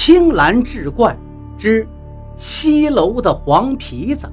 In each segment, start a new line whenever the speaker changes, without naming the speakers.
青蓝志怪之西楼的黄皮子。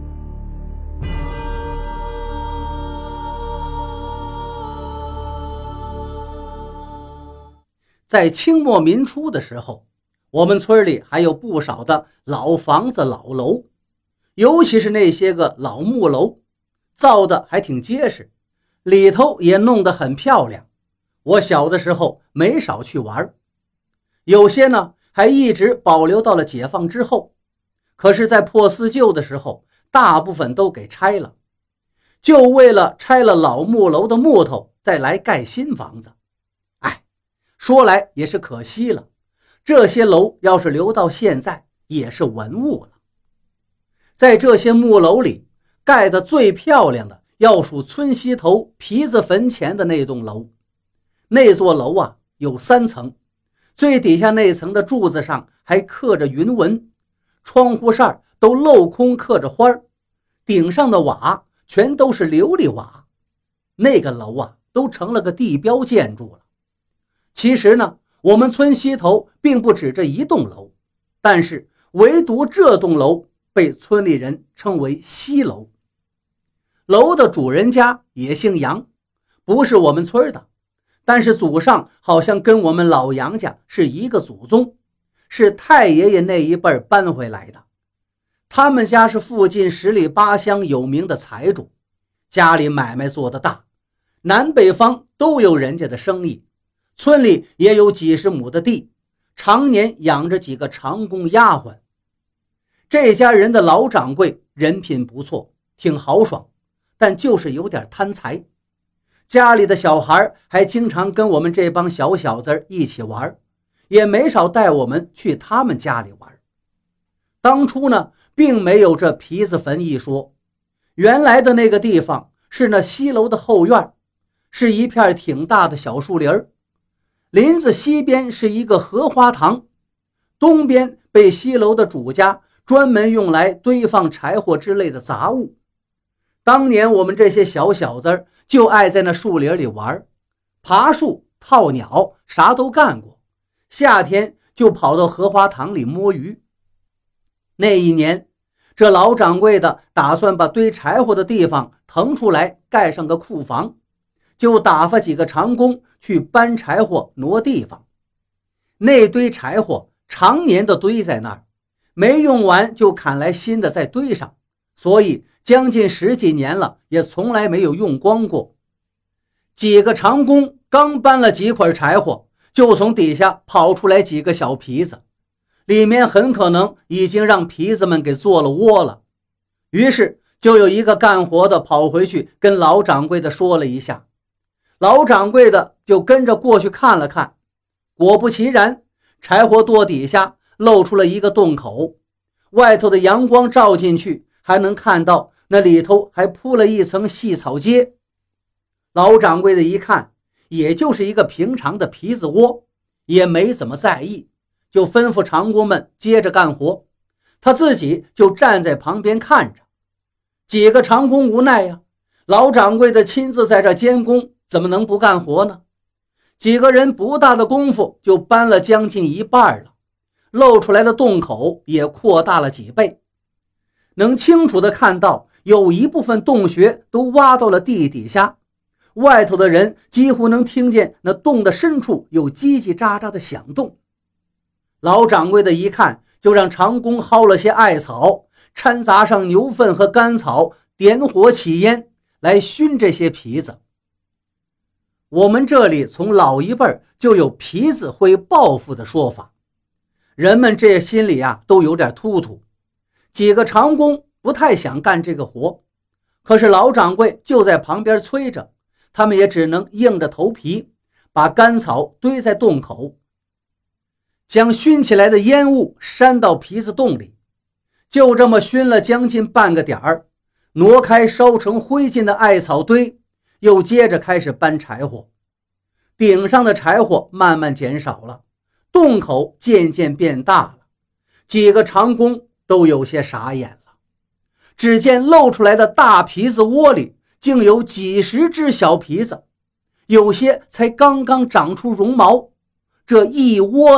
在清末民初的时候，我们村里还有不少的老房子老楼，尤其是那些个老木楼，造的还挺结实，里头也弄得很漂亮。我小的时候没少去玩，有些呢还一直保留到了解放之后，可是在破四旧的时候大部分都给拆了，就为了拆了老木楼的木头再来盖新房子。说来也是可惜了，这些楼要是留到现在也是文物了。在这些木楼里，盖得最漂亮的要数村西头皮子坟前的那栋楼。那座楼啊有3层，最底下那层的柱子上还刻着云纹，窗户扇都镂空刻着花，顶上的瓦全都是琉璃瓦。那个楼啊都成了个地标建筑了。其实呢，我们村西头并不止这一栋楼，但是唯独这栋楼被村里人称为西楼。楼的主人家也姓杨，不是我们村的，但是祖上好像跟我们老杨家是一个祖宗，是太爷爷那一辈搬回来的。他们家是附近10里8乡有名的财主，家里买卖做得大，南北方都有人家的生意，村里也有几十亩的地，常年养着几个长工丫鬟。这家人的老掌柜人品不错，挺豪爽，但就是有点贪财。家里的小孩还经常跟我们这帮小小子一起玩，也没少带我们去他们家里玩。当初呢，并没有这皮子坟一说，原来的那个地方是那西楼的后院，是一片挺大的小树林儿。林子西边是一个荷花塘，东边被西楼的主家专门用来堆放柴火之类的杂物。当年我们这些小小子就爱在那树林里玩，爬树、套鸟，啥都干过。夏天就跑到荷花塘里摸鱼。那一年，这老掌柜的打算把堆柴火的地方腾出来盖上个库房，就打发几个长工去搬柴火挪地方。那堆柴火常年的堆在那儿，没用完就砍来新的再堆上，所以将近10几年了也从来没有用光过。几个长工刚搬了几块柴火，就从底下跑出来几个小皮子，里面很可能已经让皮子们给做了窝了。于是就有一个干活的跑回去跟老掌柜的说了一下，老掌柜的就跟着过去看了看，果不其然，柴火垛底下露出了一个洞口，外头的阳光照进去，还能看到那里头还铺了一层细草秸。老掌柜的一看，也就是一个平常的皮子窝，也没怎么在意，就吩咐长工们接着干活，他自己就站在旁边看着。几个长工无奈呀，老掌柜的亲自在这监工，怎么能不干活呢？几个人不大的功夫就搬了将近一半了，露出来的洞口也扩大了几倍，能清楚地看到有一部分洞穴都挖到了地底下，外头的人几乎能听见那洞的深处有叽叽喳喳的响动。老掌柜的一看，就让长工薅了些艾草，掺杂上牛粪和干草，点火起烟来熏这些皮子。我们这里从老一辈就有皮子会报复的说法，人们这心里都有点突突。几个长工不太想干这个活，可是老掌柜就在旁边催着，他们也只能硬着头皮把干草堆在洞口，将熏起来的烟雾扇到皮子洞里。就这么熏了将近半个点儿，挪开烧成灰烬的艾草堆，又接着开始搬柴火。顶上的柴火慢慢减少了，洞口渐渐变大了，几个长工都有些傻眼了。只见露出来的大皮子窝里竟有几十只小皮子，有些才刚刚长出绒毛，这一窝子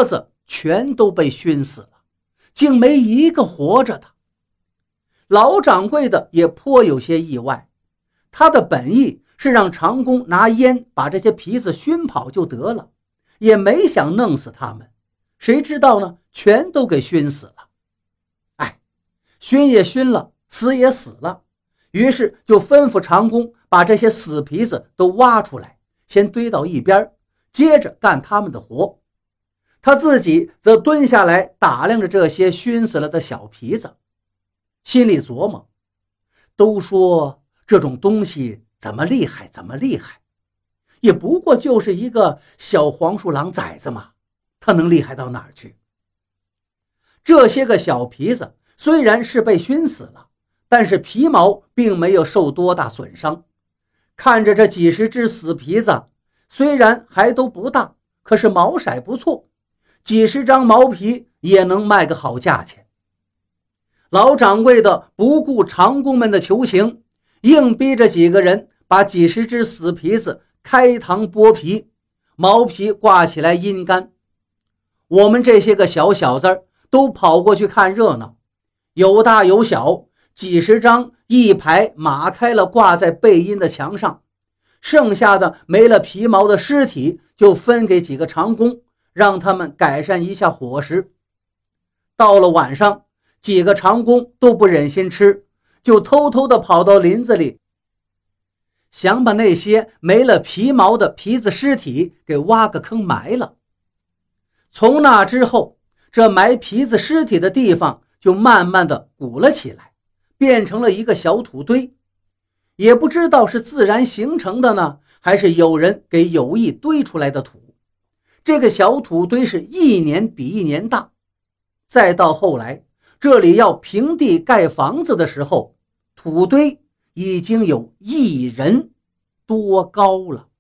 全都被熏死了，竟没一个活着的。老掌柜的也颇有些意外，他的本意是让长工拿烟把这些皮子熏跑就得了，也没想弄死他们，谁知道呢，全都给熏死了。哎，熏也熏了，死也死了，于是就吩咐长工把这些死皮子都挖出来，先堆到一边，接着干他们的活。他自己则蹲下来打量着这些熏死了的小皮子，心里琢磨，都说这种东西怎么厉害怎么厉害，也不过就是一个小黄鼠狼崽子嘛，它能厉害到哪儿去？这些个小皮子虽然是被熏死了，但是皮毛并没有受多大损伤。看着这几十只死皮子，虽然还都不大，可是毛色不错，几十张毛皮也能卖个好价钱。老掌柜的不顾长工们的求情，硬逼着几个人把几十只死皮子开膛剥皮，毛皮挂起来阴干。我们这些个小小子都跑过去看热闹，有大有小，几十张一排码开了挂在背阴的墙上，剩下的没了皮毛的尸体就分给几个长工，让他们改善一下伙食。到了晚上，几个长工都不忍心吃，就偷偷地跑到林子里，想把那些没了皮毛的皮子尸体给挖个坑埋了。从那之后，这埋皮子尸体的地方就慢慢地鼓了起来，变成了一个小土堆。也不知道是自然形成的呢，还是有人给有意堆出来的土。这个小土堆是一年比一年大。再到后来，这里要平地盖房子的时候，土堆已经有1人多高了。